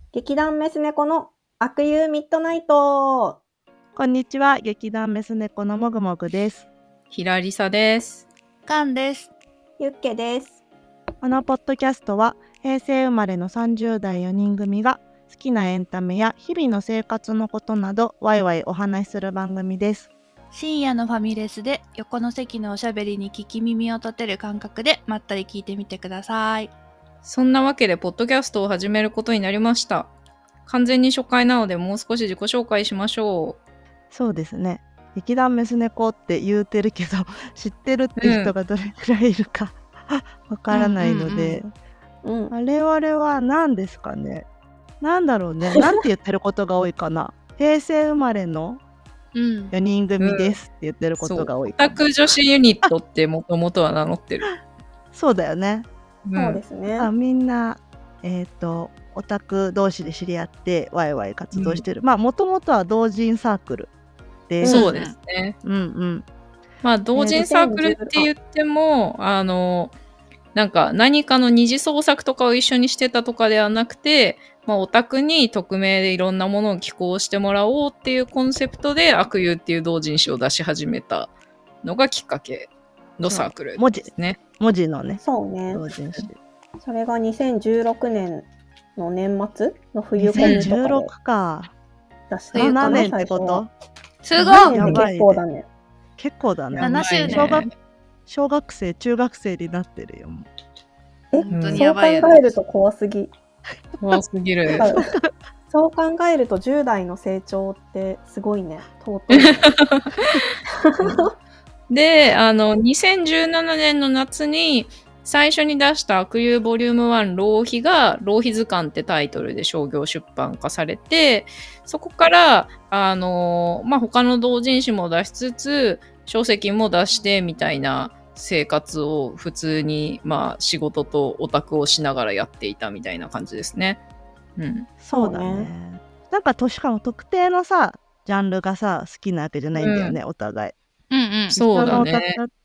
劇団メス猫の悪友ミッドナイト。 こんにちは、劇団メス猫のもぐもぐです。 ひらりさです。 かんです。 ゆっけです。 このポッドキャストは平成生まれの30代4人組が好きなエンタメや日々の生活のことなどワイワイお話しする番組です。 深夜のファミレスで横の席のおしゃべりに聞き耳を立てる感覚でまったり聞いてみてください。 そんなわけでポッドキャストを始めることになりました。完全に初回なのでもう少し自己紹介しましょう。 そうですね、劇団メス猫って言うてるけど知ってるって人がどれくらいいるかわからないので、我々は何ですかね、なんだろうね、なんて言ってることが多いかな平成生まれの4人組ですって言ってることが多いかな。 オタク女子ユニットってもともとは名乗ってる。 そうだよね。 そうですね。 みんなオタク同士で知り合ってワイワイ活動してる。まあもともとは同人サークルで、 そうですね。まあ同人サークルって言っても、なんか何かの二次創作とかを一緒にしてたとかではなくて、まあオタクに匿名でいろんなものを寄稿してもらおうっていうコンセプトで悪友っていう同人誌を出し始めたのがきっかけのサークルですね。 文字のね。 そうね。 同人誌。 それが2016年の年末の冬コミとかで 2016か。 出したのかな、 7年ってこと？ すごい！ 結構だね。 結構だね。 7周年。 小学生、中学生になってるよ。 本当にやばいよね。 そう考えると怖すぎ。 怖すぎる。 そう考えると10代の成長ってすごいね。尊い。 で、2017年の夏に最初に出した悪友ボリューム1浪費が浪費図鑑ってタイトルで商業出版化されて、そこからまあ、他の同人誌も出しつつ書籍も出してみたいな生活を普通にまあ仕事とオタクをしながらやっていたみたいな感じですね。 そうだね。なんかしかも特定のさジャンルがさ好きなわけじゃないんだよね、お互い。 そうだね。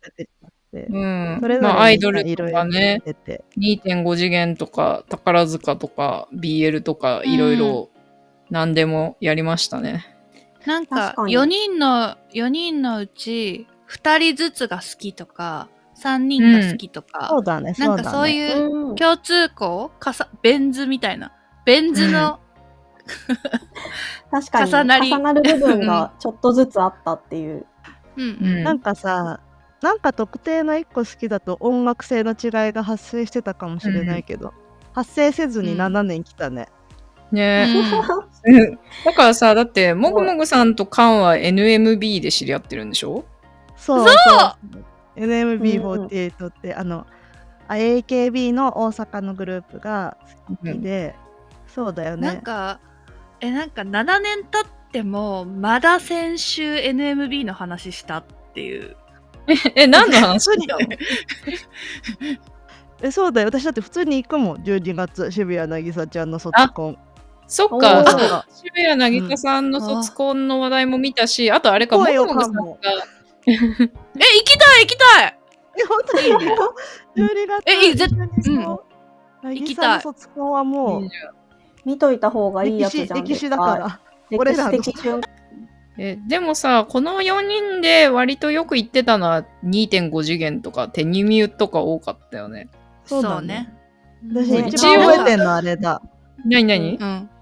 まあアイドルとかね、2.5 次元とか宝塚とか BL とかいろいろ何でもやりましたね。 なんか4人のうち2人ずつが好きとか3人が好きとか、 そうだね、 なんかそういう共通項、ベン図みたいなベン図の確かに重なる部分がちょっとずつあったっていう。 なんかさ、なんか特定の1個好きだと音楽性の違いが発生してたかもしれないけど、発生せずに7年来たね。 ねだからさ、だってもぐもぐさんとカンは NMB で知り合ってるんでしょ？ そう NMB48 ってAKB の大阪のグループが好きで、そうだよね。 なんか7年経ってもまだ先週 NMB の話したっていう。 何の話したの？そうだよ、私だって普通に行くもん。12月渋谷なぎさちゃんの卒コン。 そっか、渋谷なぎささんの卒コンの話題も見たし、あとあれか、もぐもぐさんが行きたい本当にいいね。12月行きたい。 卒コンはもう見といた方がいいやつじゃん。 歴史だから歴史的瞬間。 でもさ、この4人で割とよく言ってたのは 2.5 次元とかテニミュとか多かったよね。 そうだね。私一番覚えてんのあれだ。 何？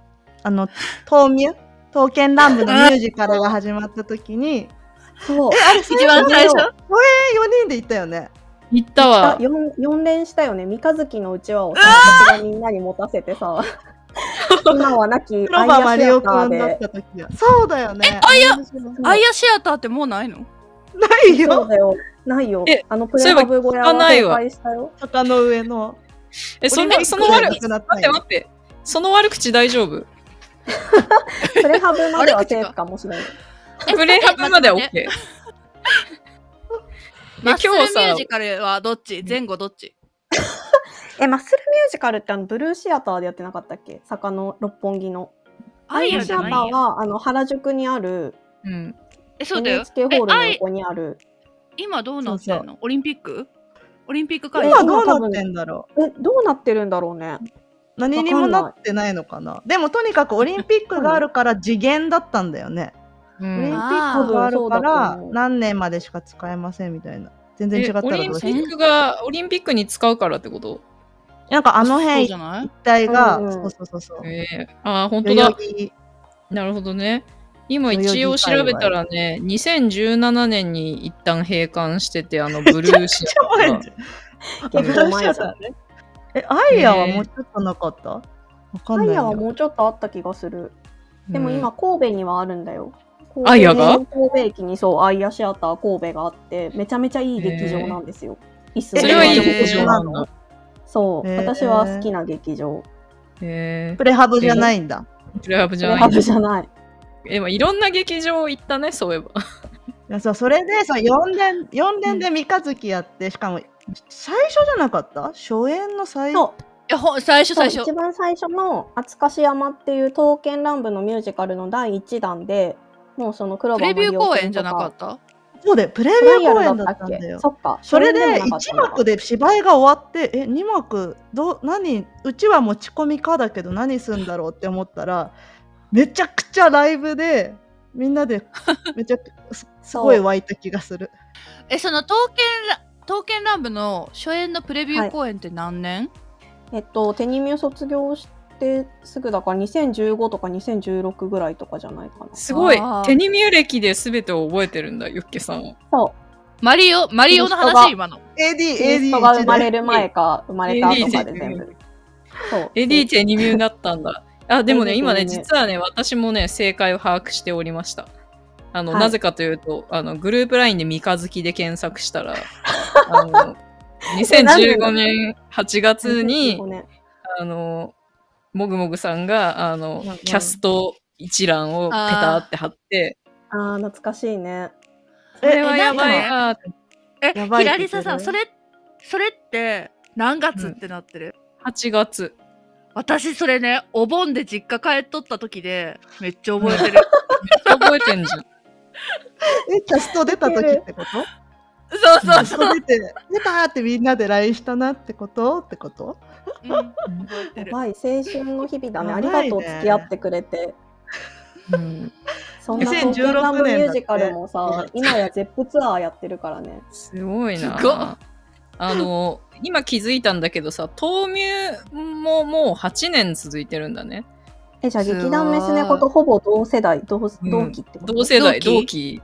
刀剣乱舞のミュージカルが始まった時に、 そう。 あれ一番最初？4 人で行ったよね。 行ったわ。 4連したよね。三日月のうちわをさ、私がみんなに持たせてさ。今はなきアイアシアターで。 そうだよね。 アイアシアターってもうないの？ ないよ。 そうだよ。ないよ。プレハブ小屋は崩壊したよ。 坂の上の。 その悪口、待って。その悪口大丈夫？ プレハブまではセーフかもしれない。 プレハブまでは OK。 マッスルミュージカルはどっち？前後どっち？ マッスルミュージカルってブルーシアターでやってなかったっけ？坂の六本木の。アイアシアターは原宿にある、 そうだよ。 NHK ホールの横にある。 今どうなってんの？オリンピック会場？ 今どうなってんだろう。どうなってるんだろうね。 何にもなってないのかな。でもとにかくオリンピックがあるから次元だったんだよね。オリンピックがあるから何年までしか使えませんみたいな。全然違ったらどうしよう。 オリンピックに使うからってこと？ なんかあの辺一帯が、そう。 本当だ。なるほどね。今一応調べたらね、2017年に一旦閉館してて、ブルーシアター。 結構前じゃん。 アイアはもうちょっとなかった？わかんない。 アイアはもうちょっとあった気がする。でも今神戸にはあるんだよ。 アイアが？ 神戸駅にそう、アイアシアター神戸があって、めちゃめちゃいい劇場なんですよ。 それはいい劇場なの？ そう、私は好きな劇場。 プレハブじゃないんだ。 プレハブじゃない。 プレハブじゃない。 でもいろんな劇場行ったね、そういえば。 いやそれでさ、4年で三日月やって、しかも最初じゃなかった？初演の最初。 最初。 一番最初の厚かし山っていう刀剣乱舞のミュージカルの第1弾で、もうその黒羽プレビュー公演じゃなかった？ そうで、プレビュー公演だったんだよ。 そっか。 それで1幕で芝居が終わって、2幕うちは持ち込みかだけど何すんだろうって思ったら、めちゃくちゃライブでみんなでめちゃすごい湧いた気がする。 その刀剣乱舞の初演のプレビュー公演って何年？ テニミュー卒業してすぐだから2015とか2016ぐらいとかじゃないかな。 すごい。テニミュー歴で全てを覚えてるんだ、ユッケさん。 そう。 マリオの話今の。 AD が生まれる前か生まれた後かで全部。 そう。AD テニミューだったんだ。でもね、今ね、実はね、私もね、正解を把握しておりました。なぜかというと、グループ LINE で三日月で検索したら、2015年8月に、もぐもぐさんが、キャスト一覧をペタって貼って、 懐かしいね。 それはやばいな。 ひらりさん、それって何月ってなってる ？8月。 私それね、お盆で実家帰っとった時でめっちゃ覚えてる。 めっちゃ覚えてんじゃん。 キャスト出た時ってこと？ そう出たーってみんなで LINE したなってことやばい、青春の日々だね。ありがとう、付き合ってくれて。そんな刀剣乱舞ミュージカルもさ、今やゼップツアーやってるからね。 すごいな。今気づいたんだけどさ、豆乳ももう8年続いてるんだね。 じゃあ劇団メス猫とほぼ同世代、同期ってこと？ 同世代、同期。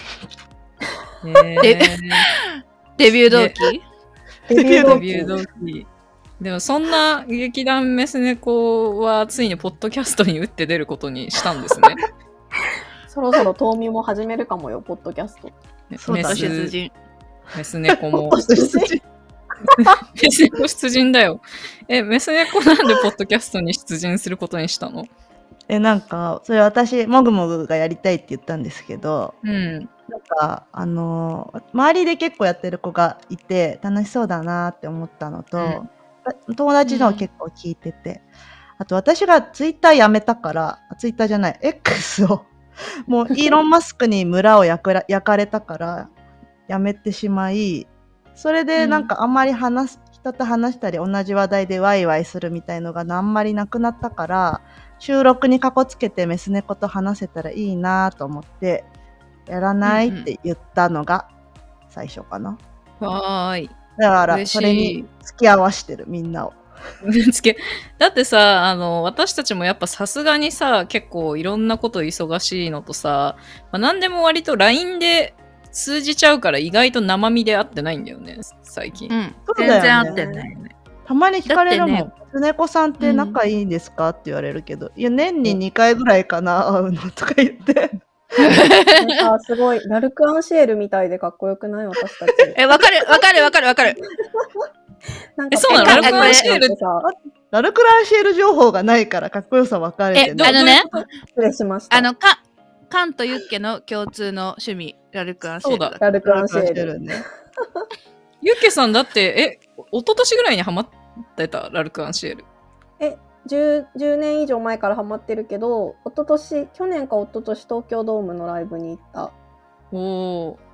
デビュー同期？ デビュー同期。 でもそんな劇団メス猫はついにポッドキャストに打って出ることにしたんですね。 そろそろ豆乳も始めるかもよ、ポッドキャスト。 そうだ、出陣。 メス猫も。メス猫出陣だよ。メス猫なんでポッドキャストに出陣することにしたの？ なんかそれ私もぐもぐがやりたいって言ったんですけど、なんか周りで結構やってる子がいて楽しそうだなって思ったのと、友達の結構聞いてて、あと私がツイッターやめたから、ツイッターじゃない X をもうイーロン・マスクに村を焼かれたからやめてしまい、それでなんかあんまり人と話したり同じ話題でワイワイするみたいのがあんまりなくなったから、収録にかこつけてメス猫と話せたらいいなと思ってやらないって言ったのが最初かな。 わーい。 だからそれに付き合わしてるみんなを。 だってさ、私たちもやっぱさすがにさ、結構いろんなこと忙しいのとさ、何でも割と LINE で通じちゃうから意外と生身で会ってないんだよね、最近。 全然会ってないね。 たまに聞かれるもん。メス猫さんって仲いいんですかって言われるけど、いや年に2回ぐらいかな、会うのとか言って。 なんかすごいラルク・アンシエルみたいでかっこよくない？私たち。 わかる。 なんかそうなの？ラルク・アンシエルってさ、 ラルク・アンシエル情報がないからかっこよさ分かれてない。 失礼しました。 カンとユッケの共通の趣味、ラルク・アンシエル。 そうだ、ラルク・アンシエルね。 ユッケさんだって、一昨年ぐらいにハマってたラルク・アンシエル。 10年以上前からハマってるけど、去年か一昨年東京ドームのライブに行った。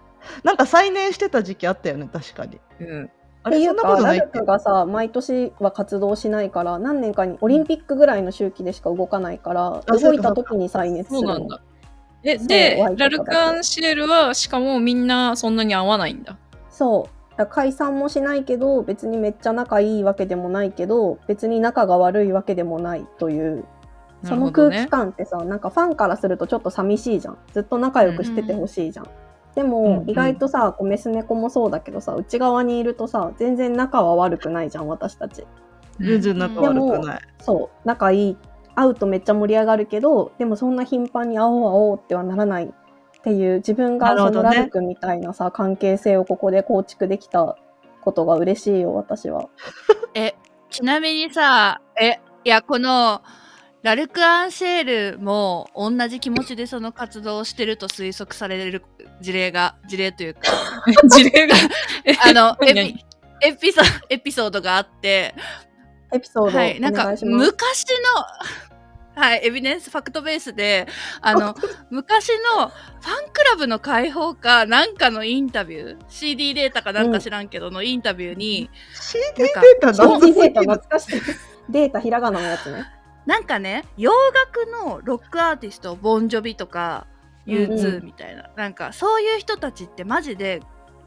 おー。 なんか再燃してた時期あったよね、確かに。 っていうか、ラルクがさ、毎年は活動しないから、何年かにオリンピックぐらいの周期でしか動かないから、動いた時に再熱するの。そうなんだ。 で、ラルクアンシエルはしかもみんなそんなに合わないんだ。 そう。だ解散もしないけど、別にめっちゃ仲いいわけでもないけど、別に仲が悪いわけでもないという、その空気感ってさ、なんかファンからするとちょっと寂しいじゃん。ずっと仲良くしててほしいじゃん。でも、意外とさ、メス猫もそうだけどさ、内側にいるとさ、全然仲は悪くないじゃん、私たち。 全然仲悪くない。 そう、仲いい。会うとめっちゃ盛り上がるけど、でもそんな頻繁に会おうってはならないっていう、自分がそのラルクみたいなさ、関係性をここで構築できたことが嬉しいよ、私は。 ちなみにさ、いや、この、ラルク・アンシェールも同じ気持ちでその活動をしてると推測される事例というか事例がエピソードがあって、 エピソード、はい、 なんか昔のエビデンスファクトベースで昔のファンクラブの開放かなんかのインタビュー CD データかなんか知らんけどのインタビューに、 CD データ懐かしいデータひらがなのやつね。 なんかね、洋楽のロックアーティスト、ボンジョビとか U2 みたいな、なんかそういう人たちってマジで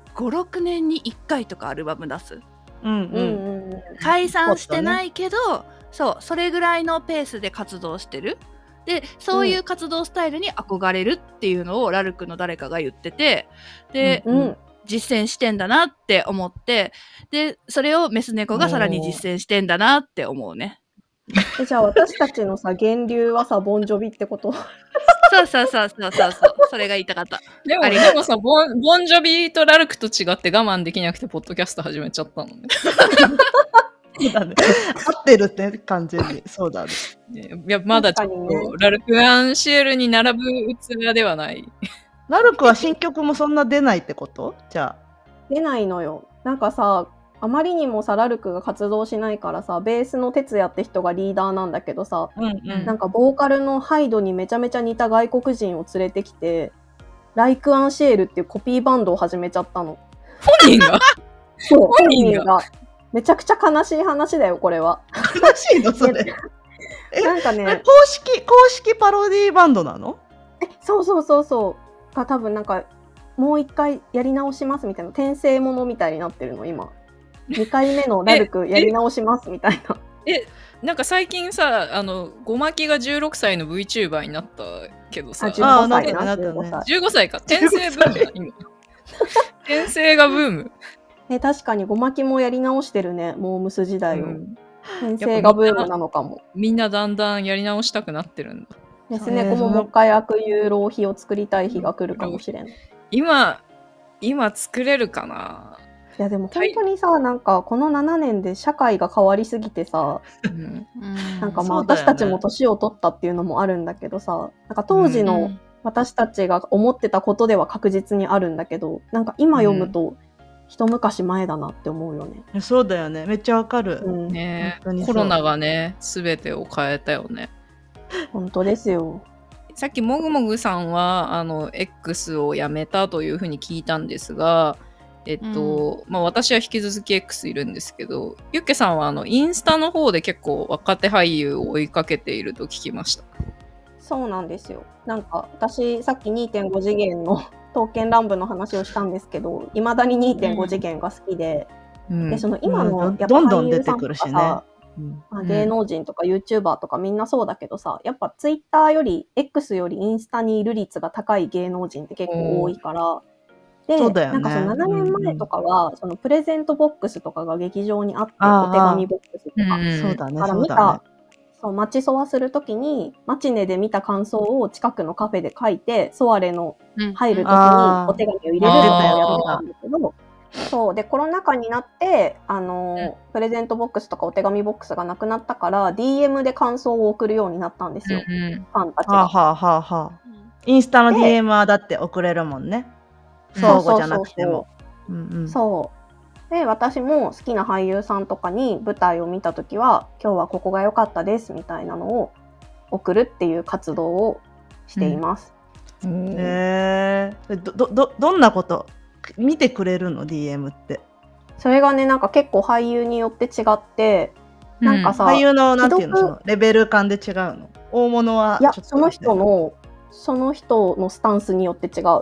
5、6年に1回とかアルバム出す。解散してないけど、そう、それぐらいのペースで活動してる。で、そういう活動スタイルに憧れるっていうのをラルクの誰かが言ってて、で、実践してんだなって思って、で、それをメス猫がさらに実践してんだなって思うね。 じゃあ私たちのさ、源流はさ、ボンジョビってこと？ そう。それが言いたかった。 でもさ、ボンジョビとラルクと違って我慢できなくて、ポッドキャスト始めちゃったのね。 そうだね。合ってるって完全に。そうだね。 いや、まだちょっと、ラルク・アンシエルに並ぶ器ではない。 ラルクは新曲もそんな出ないってこと？じゃあ。 出ないのよ。なんかさ、あまりにもさ、ラルクが活動しないからさ、ベースの哲也って人がリーダーなんだけどさ、なんかボーカルのハイドにめちゃめちゃ似た外国人を連れてきて、ライク・アンシエルっていうコピーバンドを始めちゃったの。 本人がそう、本人が。めちゃくちゃ悲しい話だよ、これは。 悲しいのそれ。 なんかね、 公式パロディーバンドなの？ そうが多分なんか、もう一回やり直しますみたいな、転生ものみたいになってるの、今。2回目のラルクやり直しますみたいな。 なんか最近さ、ごまきが16歳の VTuber になったけどさ。 15歳な、 15歳か。転生ブームだ、今。転生がブーム。 確かにごまきもやり直してるね、モームス時代を。転生がブームなのかも。 みんなだんだんやり直したくなってるんだ。 メス猫ももう一回悪友浪費を作りたい日が来るかもしれん。 今作れるかな。 いやでも本当にさ、なんかこの7年で社会が変わりすぎてさ、なんかまあ私たちも年を取ったっていうのもあるんだけどさ、なんか当時の私たちが思ってたことでは確実にあるんだけど、なんか今読むと一昔前だなって思うよね。 そうだよね、めっちゃわかる。 コロナがね、全てを変えたよね。 本当ですよ。 さっきもぐもぐさんはX をやめたというふうに聞いたんですが、まあ、私は引き続き X いるんですけど、ゆっけさんはインスタの方で結構若手俳優を追いかけていると聞きました。 そうなんですよ。なんか私さっき 2.5 次元の刀剣乱舞の話をしたんですけど、いまだに 2.5 次元が好きで、でその今のやっぱ俳優さんとかさ、芸能人とか YouTuber とかみんなそうだけどさ、やっぱ Twitter より X よりインスタにいる率が高い芸能人って結構多いから、で、なんかその7年前とかは、そのプレゼントボックスとかが劇場にあって、お手紙ボックスとか、 そうだね、 から見た、そう、待ちそわするときに、マチネで見た感想を近くのカフェで書いて、ソワレの入るときにお手紙を入れるっていうのをやってたんだけど、そうでコロナ禍になってプレゼントボックスとかお手紙ボックスがなくなったから DM で感想を送るようになったんですよ、ファンたちが。 インスタの DM はだって送れるもんね、相互じゃなくても。そうで私も好きな俳優さんとかに舞台を見たときは今日はここが良かったですみたいなのを送るっていう活動をしています。 どんなこと見てくれるの DM って？ それがね、なんか結構俳優によって違って、なんかさ、 俳優のなんていうの、そのレベル感で違うの？大物はいや、その人のスタンスによって違う。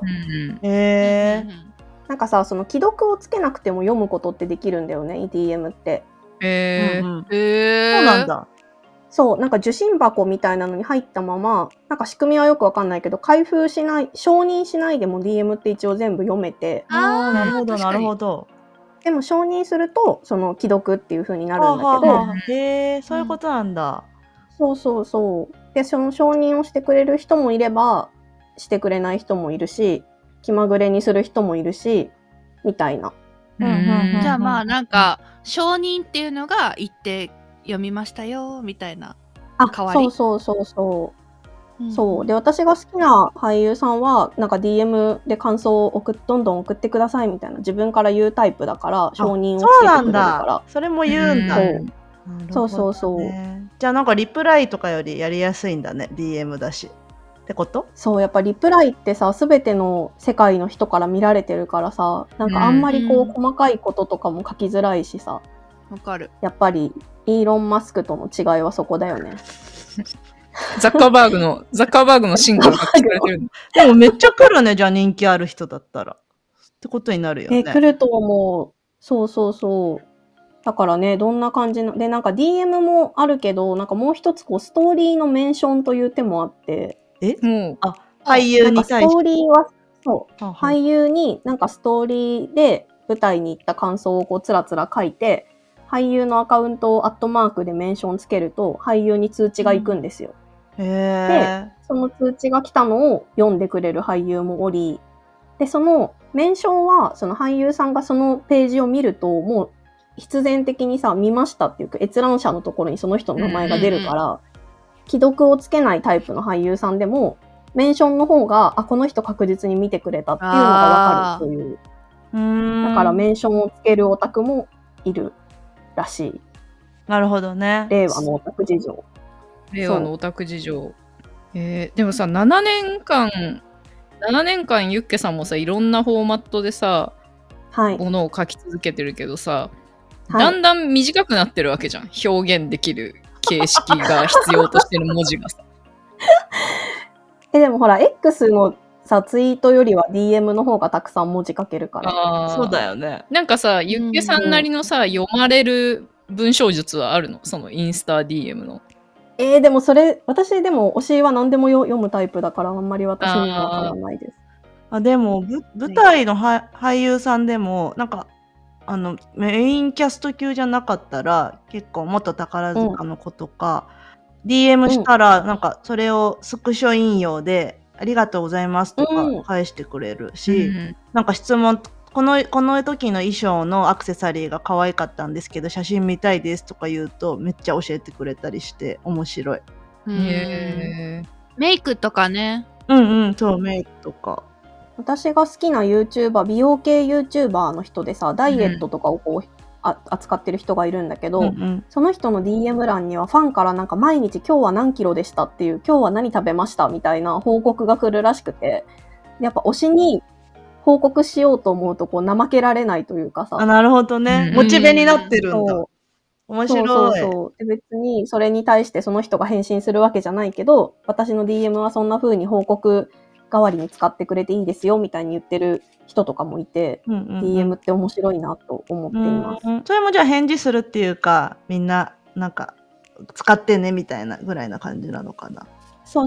なんかさ、その既読をつけなくても読むことってできるんだよね、DM って。 そうなんだ。 そう、なんか受信箱みたいなのに入ったまま、なんか仕組みはよくわかんないけど、承認しないでも DM って一応全部読めて。 なるほど、なるほど。 でも承認すると、その既読っていう風になるんだけど。そういうことなんだ。 そうそうそう。で、その承認をしてくれる人もいれば、してくれない人もいるし、気まぐれにする人もいるし、みたいな。 じゃあまあなんか、承認っていうのが言って読みましたよ、みたいな代わり。 そう。そう。で、私が好きな俳優さんは、なんか DM で感想をどんどん送ってくださいみたいな、自分から言うタイプだから、承認をつけてくれるから。 それも言うんだ。 そう。 じゃあなんかリプライとかよりやりやすいんだね、DM だし。ってこと？ そう、やっぱリプライってさ、すべての世界の人から見られてるからさ、なんかあんまりこう、細かいこととかも書きづらいしさ。 わかる。 やっぱり、イーロン・マスクとの違いはそこだよね。 ザッカーバーグの進化が聞かれてる。 でもめっちゃ来るね、じゃあ人気ある人だったら。ってことになるよね。 来ると思う。そう。だからね、どんな感じの。で、なんか DM もあるけど、なんかもう一つこう、ストーリーのメンションという手もあって。俳優に対して。ストーリーは、そう。俳優になんかストーリーで舞台に行った感想をこう、つらつら書いて、俳優のアカウントをアットマークでメンションつけると、俳優に通知が行くんですよ。で、その通知が来たのを読んでくれる俳優もおり、で、そのメンションは、その俳優さんがそのページを見ると、もう必然的にさ、見ましたっていうか、閲覧者のところにその人の名前が出るから、既読をつけないタイプの俳優さんでも、メンションの方が、この人確実に見てくれたっていうのがわかるという。だからメンションをつけるオタクもいるらしい。 なるほどね。 令和のオタク事情。 令和のオタク事情。でもさ、7年間ユッケさんもさ、いろんなフォーマットでさ、ものを書き続けてるけどさ、だんだん短くなってるわけじゃん。表現できる形式が必要としてる文字がさ。 でもほら、X のさ、ツイートよりは DM の方がたくさん文字書けるから。 そうだよね。 なんかさ、ユッケさんなりのさ、読まれる文章術はあるの？そのインスタ DM の。 でも私でも推しは何でも読むタイプだからあんまり私にはわからないです。 でも舞台の俳優さんでもなんかメインキャスト級じゃなかったら結構元宝塚の子とか、DM したらなんかそれをスクショ引用でありがとうございますとか返してくれるし、なんか質問この時の衣装のアクセサリーが可愛かったんですけど写真見たいですとか言うとめっちゃ教えてくれたりして面白い。 メイクとかね。 そうメイクとか。 私が好きな YouTuber、美容系 YouTuber の人でさ、ダイエットとかをこう、扱ってる人がいるんだけど、その人の DM 欄にはファンからなんか毎日今日は何キロでしたっていう、今日は何食べましたみたいな報告が来るらしくて、やっぱ推しに報告しようと思うとこう怠けられないというかさ。 なるほどね。モチベになってるんだ。面白い。 そう。で別にそれに対してその人が返信するわけじゃないけど、私の DM はそんな風に報告代わりに使ってくれていいですよみたいに言ってる人とかもいて、DM って面白いなと思っています。 それもじゃあ返事するっていうか、みんななんか使ってねみたいなぐらいな感じなのかな。 そう。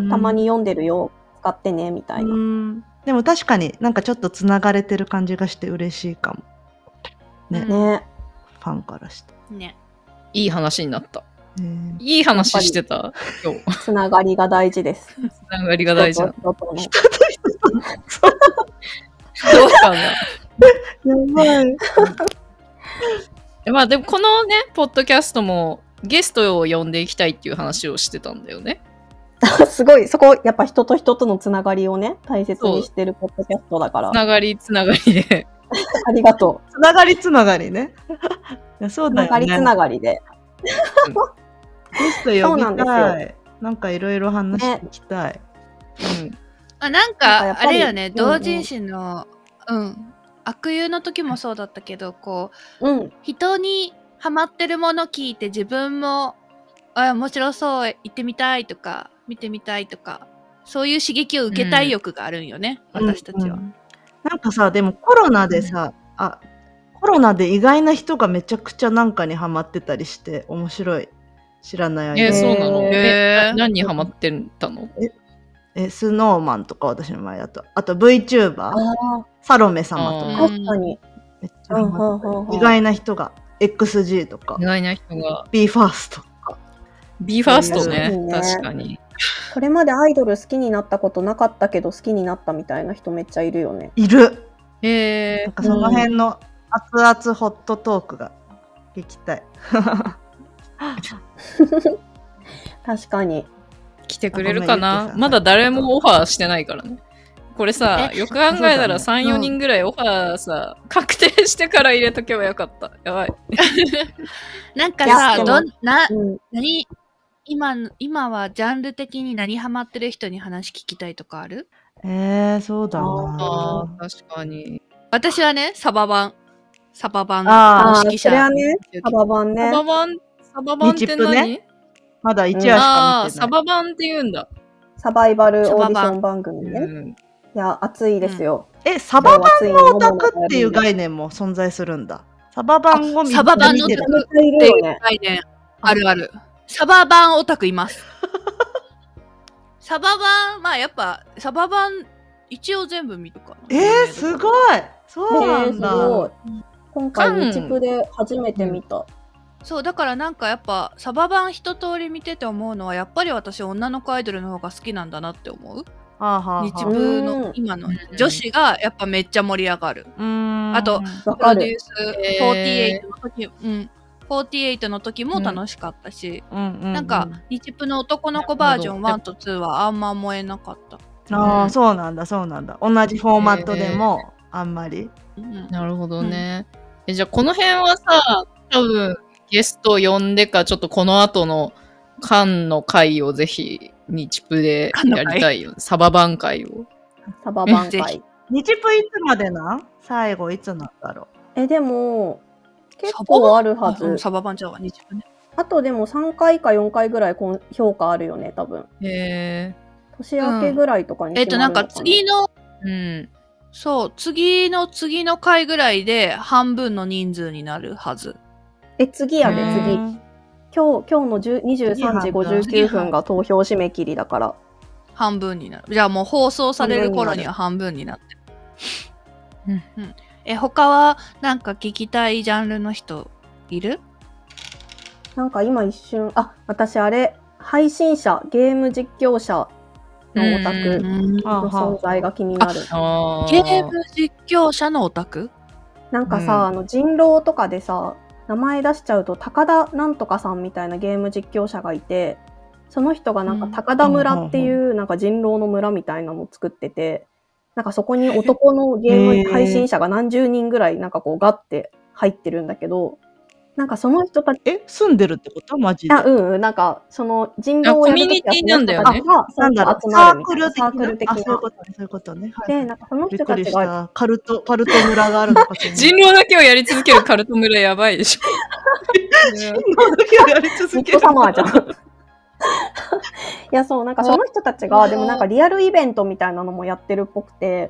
たまに読んでるよ、使ってねみたいな。 でも確かになんかちょっとつながれてる感じがして嬉しいかも。ね。ファンからして。 ね。 いい話になった。いい話してた今日。 つながりが大事です。 つながりが大事な。 どうかな。 やばい。 まあでもこのね、ポッドキャストもゲストを呼んでいきたいっていう話をしてたんだよね。 すごい、そこやっぱ人と人とのつながりをね、大切にしてるポッドキャストだから。 つながりで。 ありがとう。つながりね。いやそうだよね。 つながりで。 ゲスト呼びたい。なんかいろいろ話していきたい。 なんかあれよね、同人誌の悪友の時もそうだったけど、こう、人にハマってるもの聞いて自分も面白そう行ってみたいとか見てみたいとか、そういう刺激を受けたい欲があるんよね、私たちは。 なんかさ、でもコロナでさ、コロナで意外な人がめちゃくちゃなんかにハマってたりして面白い。知らない間。 そうなの？何にハマってたの？ スノーマンとか私の前だと。あと VTuber、サロメ様とか。 確かに。 めっちゃハマって意外な人が XG とか。 意外な人が。 BE:FIRST とか。 BE:FIRST ね。確かに。 これまでアイドル好きになったことなかったけど好きになったみたいな人めっちゃいるよね。 いる。なんかその辺の熱々ホットトークが聞きたい。 確かに。 来てくれるかな？まだ誰もオファーしてないからね。これさ、よく考えたら3、4人ぐらいオファーさ、確定してから入れとけばよかった。やばい。 なんかさ、今はジャンル的に何ハマってる人に話聞きたいとかある？ そうだな。 確かに。 私はね、サバ版の指揮者。それはね、サバ版ね。 サバ版って何？ まだ1話しか見てない。 サバ版って言うんだ。 サバイバルオーディション番組ね。いや、熱いですよ。 サバ版のオタクっていう概念も存在するんだ。サバ版を見てる。 サバ版のオタクっていう概念あるある。サバ版オタクいます。サバ版、やっぱ、サバ版一応全部見るかな。 すごい。そうなんだ。 今回、日プで初めて見た。 そう、だからなんかやっぱ、サバ版一通り見てて思うのは、やっぱり私、女の子アイドルの方が好きなんだなって思う。日プの今の女子がやっぱめっちゃ盛り上がる。あと、プロデュース48の時も楽しかったし、なんか日プの男の子バージョン1と2はあんま燃えなかった。 そうなんだ。同じフォーマットでもあんまり。 なるほどね。じゃあこの辺はさ、多分ゲスト呼んでか、ちょっとこの後の缶の回をぜひ日プでやりたいよ。サバ版回を。 サバ版回。 日プいつまでな？最後いつなんだろう。でも結構あるはず。 サバ版ちゃうわ、日プね。 あとでも3回か4回ぐらい評価あるよね、多分。年明けぐらいとかに決まるのかな。 なんか次の、次の回ぐらいで半分の人数になるはず。 次やで、次。今日の23時59分が投票締め切りだから。 半分になる。じゃあもう放送される頃には半分になってる。他はなんか聞きたいジャンルの人いる？ なんか今一瞬、私あれ、配信者、ゲーム実況者のオタクの存在が気になる。 ゲーム実況者のオタク？ なんかさ、人狼とかでさ、名前出しちゃうと高田なんとかさんみたいなゲーム実況者がいて、その人がなんか高田村っていうなんか人狼の村みたいなのを作ってて、なんかそこに男のゲーム配信者が何十人ぐらいなんかこうガッて入ってるんだけど、なんかその人たち住んでるってこと？マジで？ なんかその人狼をやるときはコミュニティなんだよね。 なんだろう、 サークル的な。そういうことね。 で、なんかその人たちがカルト村があるのかしら。 人狼だけをやり続けるカルト村やばいでしょ。 人狼だけをやり続ける。 サマーじゃん。いや、そう、なんかその人たちがでもなんかリアルイベントみたいなのもやってるっぽくて、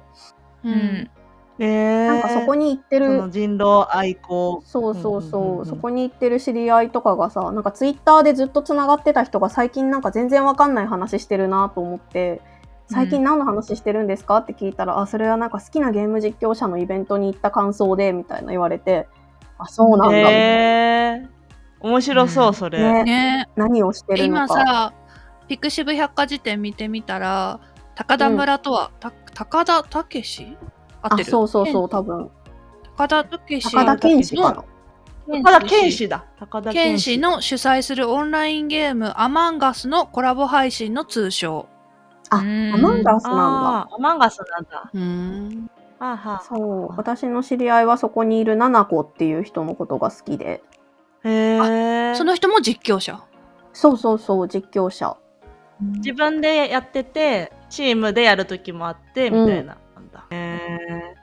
なんかそこに行ってる、 その人狼愛好、 そこに行ってる知り合いとかがさ、なんかツイッターでずっとつながってた人が最近なんか全然わかんない話してるなと思って、最近何の話してるんですかって聞いたら、それはなんか好きなゲーム実況者のイベントに行った感想でみたいな言われて、そうなんだみたいな。 面白そう、それ。 ね、何をしてるのか。 今さ、ピクシブ百科事典見てみたら、高田村とは、高田武史？合ってる？ そう、多分。 高田武史。 高田健志かな。 高田健志だ。 健志の主催するオンラインゲームアマンガスのコラボ配信の通称。 アマンガスなんだ。 アマンガスなんだ。 そう、私の知り合いはそこにいるナナコっていう人のことが好きで。 その人も実況者？ そう、実況者。 自分でやってて、チームでやるときもあって、みたいな。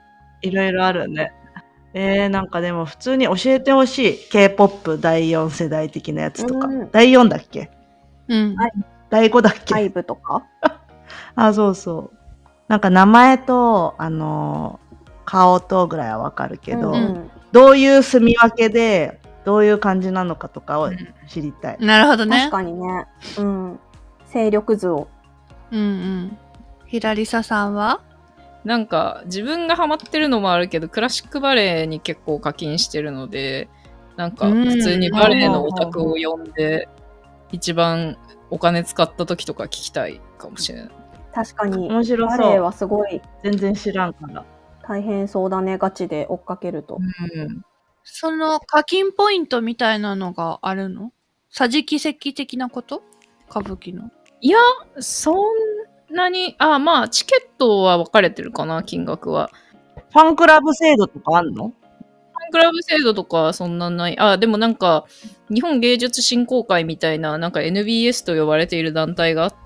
いろいろあるね。なんかでも普通に教えてほしい。K-POP 第4世代的なやつとか。第4だっけ？ うん。 第5だっけ ？5とかあ、そうそう。なんか名前と、顔とぐらいはわかるけど、どういう住み分けで、どういう感じなのかとかを知りたい。 なるほどね。 確かにね。勢力図を。 ひらりささんは？ なんか自分がハマってるのもあるけど、クラシックバレエに結構課金してるので、なんか普通にバレエのオタクを呼んで、一番お金使った時とか聞きたいかもしれない。 確かに。 面白そう。 バレエはすごい。 全然知らんから。 大変そうだね、ガチで追っかけると。 その課金ポイントみたいなのがあるの？桟敷席的なこと？歌舞伎の。 いや、そんなに、まあ、チケットは分かれてるかな、金額は。 ファンクラブ制度とかあんの？ ファンクラブ制度とかはそんなない。でもなんか、日本芸術振興会みたいな、なんか NBS と呼ばれている団体があって、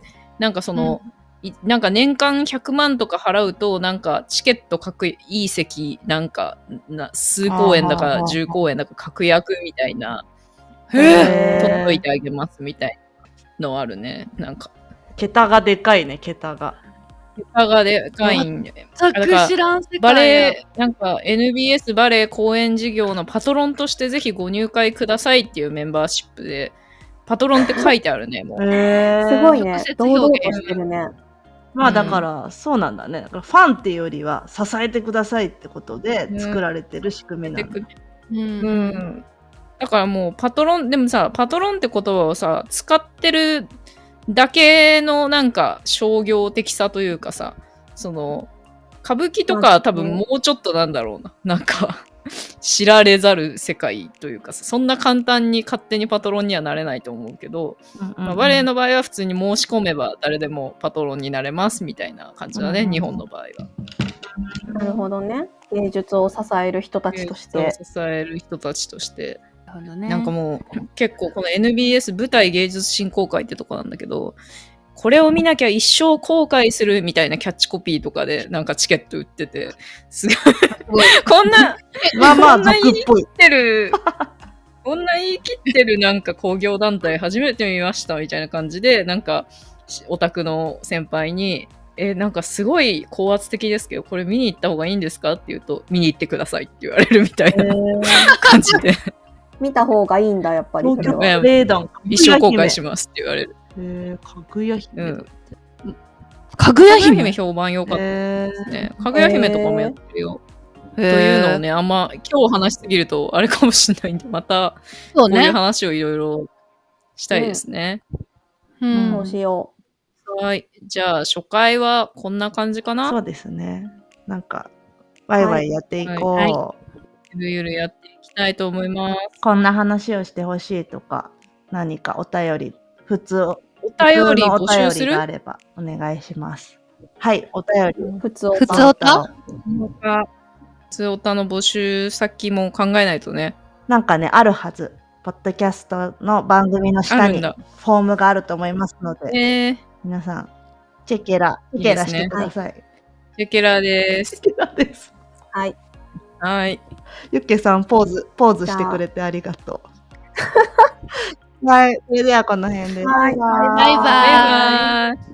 なんかその、なんか年間100万とか払うと、なんかチケット各いい席、なんか数公演だか10公演だか確約みたいな、取っといてあげますみたいなのあるね。なんか。 桁がでかいね、桁が。 桁がでかいんで。 知らん世界バレエ、なんか NBS バレエ公演事業のパトロンとしてぜひご入会くださいっていうメンバーシップで、パトロンって書いてあるね、もう。 すごいね。堂々としてるね。 まあだから、そうなんだね。だからファンっていうよりは支えてくださいってことで作られてる仕組みなんだ。 だからもうパトロン、でもさ、パトロンって言葉をさ、使ってるだけのなんか商業的さというかさ、その、歌舞伎とかは多分もうちょっとなんだろうな。なんか、知られざる世界というかさ、そんな簡単に勝手にパトロンにはなれないと思うけど、バレエの場合は普通に申し込めば誰でもパトロンになれますみたいな感じだね、日本の場合は。 なるほどね。芸術を支える人たちとして。 芸術を支える人たちとして。なんかもう結構この NBS 舞台芸術振興会ってとこなんだけど、これを見なきゃ一生後悔するみたいなキャッチコピーとかでなんかチケット売ってて、すごいこんなまあ俗っぽい。 こんな言い切ってるなんか工業団体初めて見ましたみたいな感じで、なんかオタクの先輩になんかすごい高圧的ですけど、これ見に行った方がいいんですかって言うと、見に行ってくださいって言われるみたいな感じで。 見た方がいいんだ、やっぱり。 一生後悔しますって言われる。 かぐや姫。 かぐや姫評判良かったですね。かぐや姫とかもやってるよ。というのをね、あんま今日話しすぎるとあれかもしれないんで、またこういう話をいろいろしたいですね。 そうしよう。はい。じゃあ初回はこんな感じかな？ そうですね。なんかワイワイやっていこう。 ゆるゆるやっていきたいと思います。 こんな話をしてほしいとか、何かお便り、 お便り募集する？ があればお願いします。はい、お便り。 普通おたの募集先も考えないとね。 なんかね、あるはず。ポッドキャストの番組の下にフォームがあると思いますので、皆さん、チェケラしてください。 チェケラです。 チェケラです。 はい。 はい。 ゆっけさん、ポーズしてくれてありがとう。はい。それではこの辺で。 バイバイ。 バイバイ。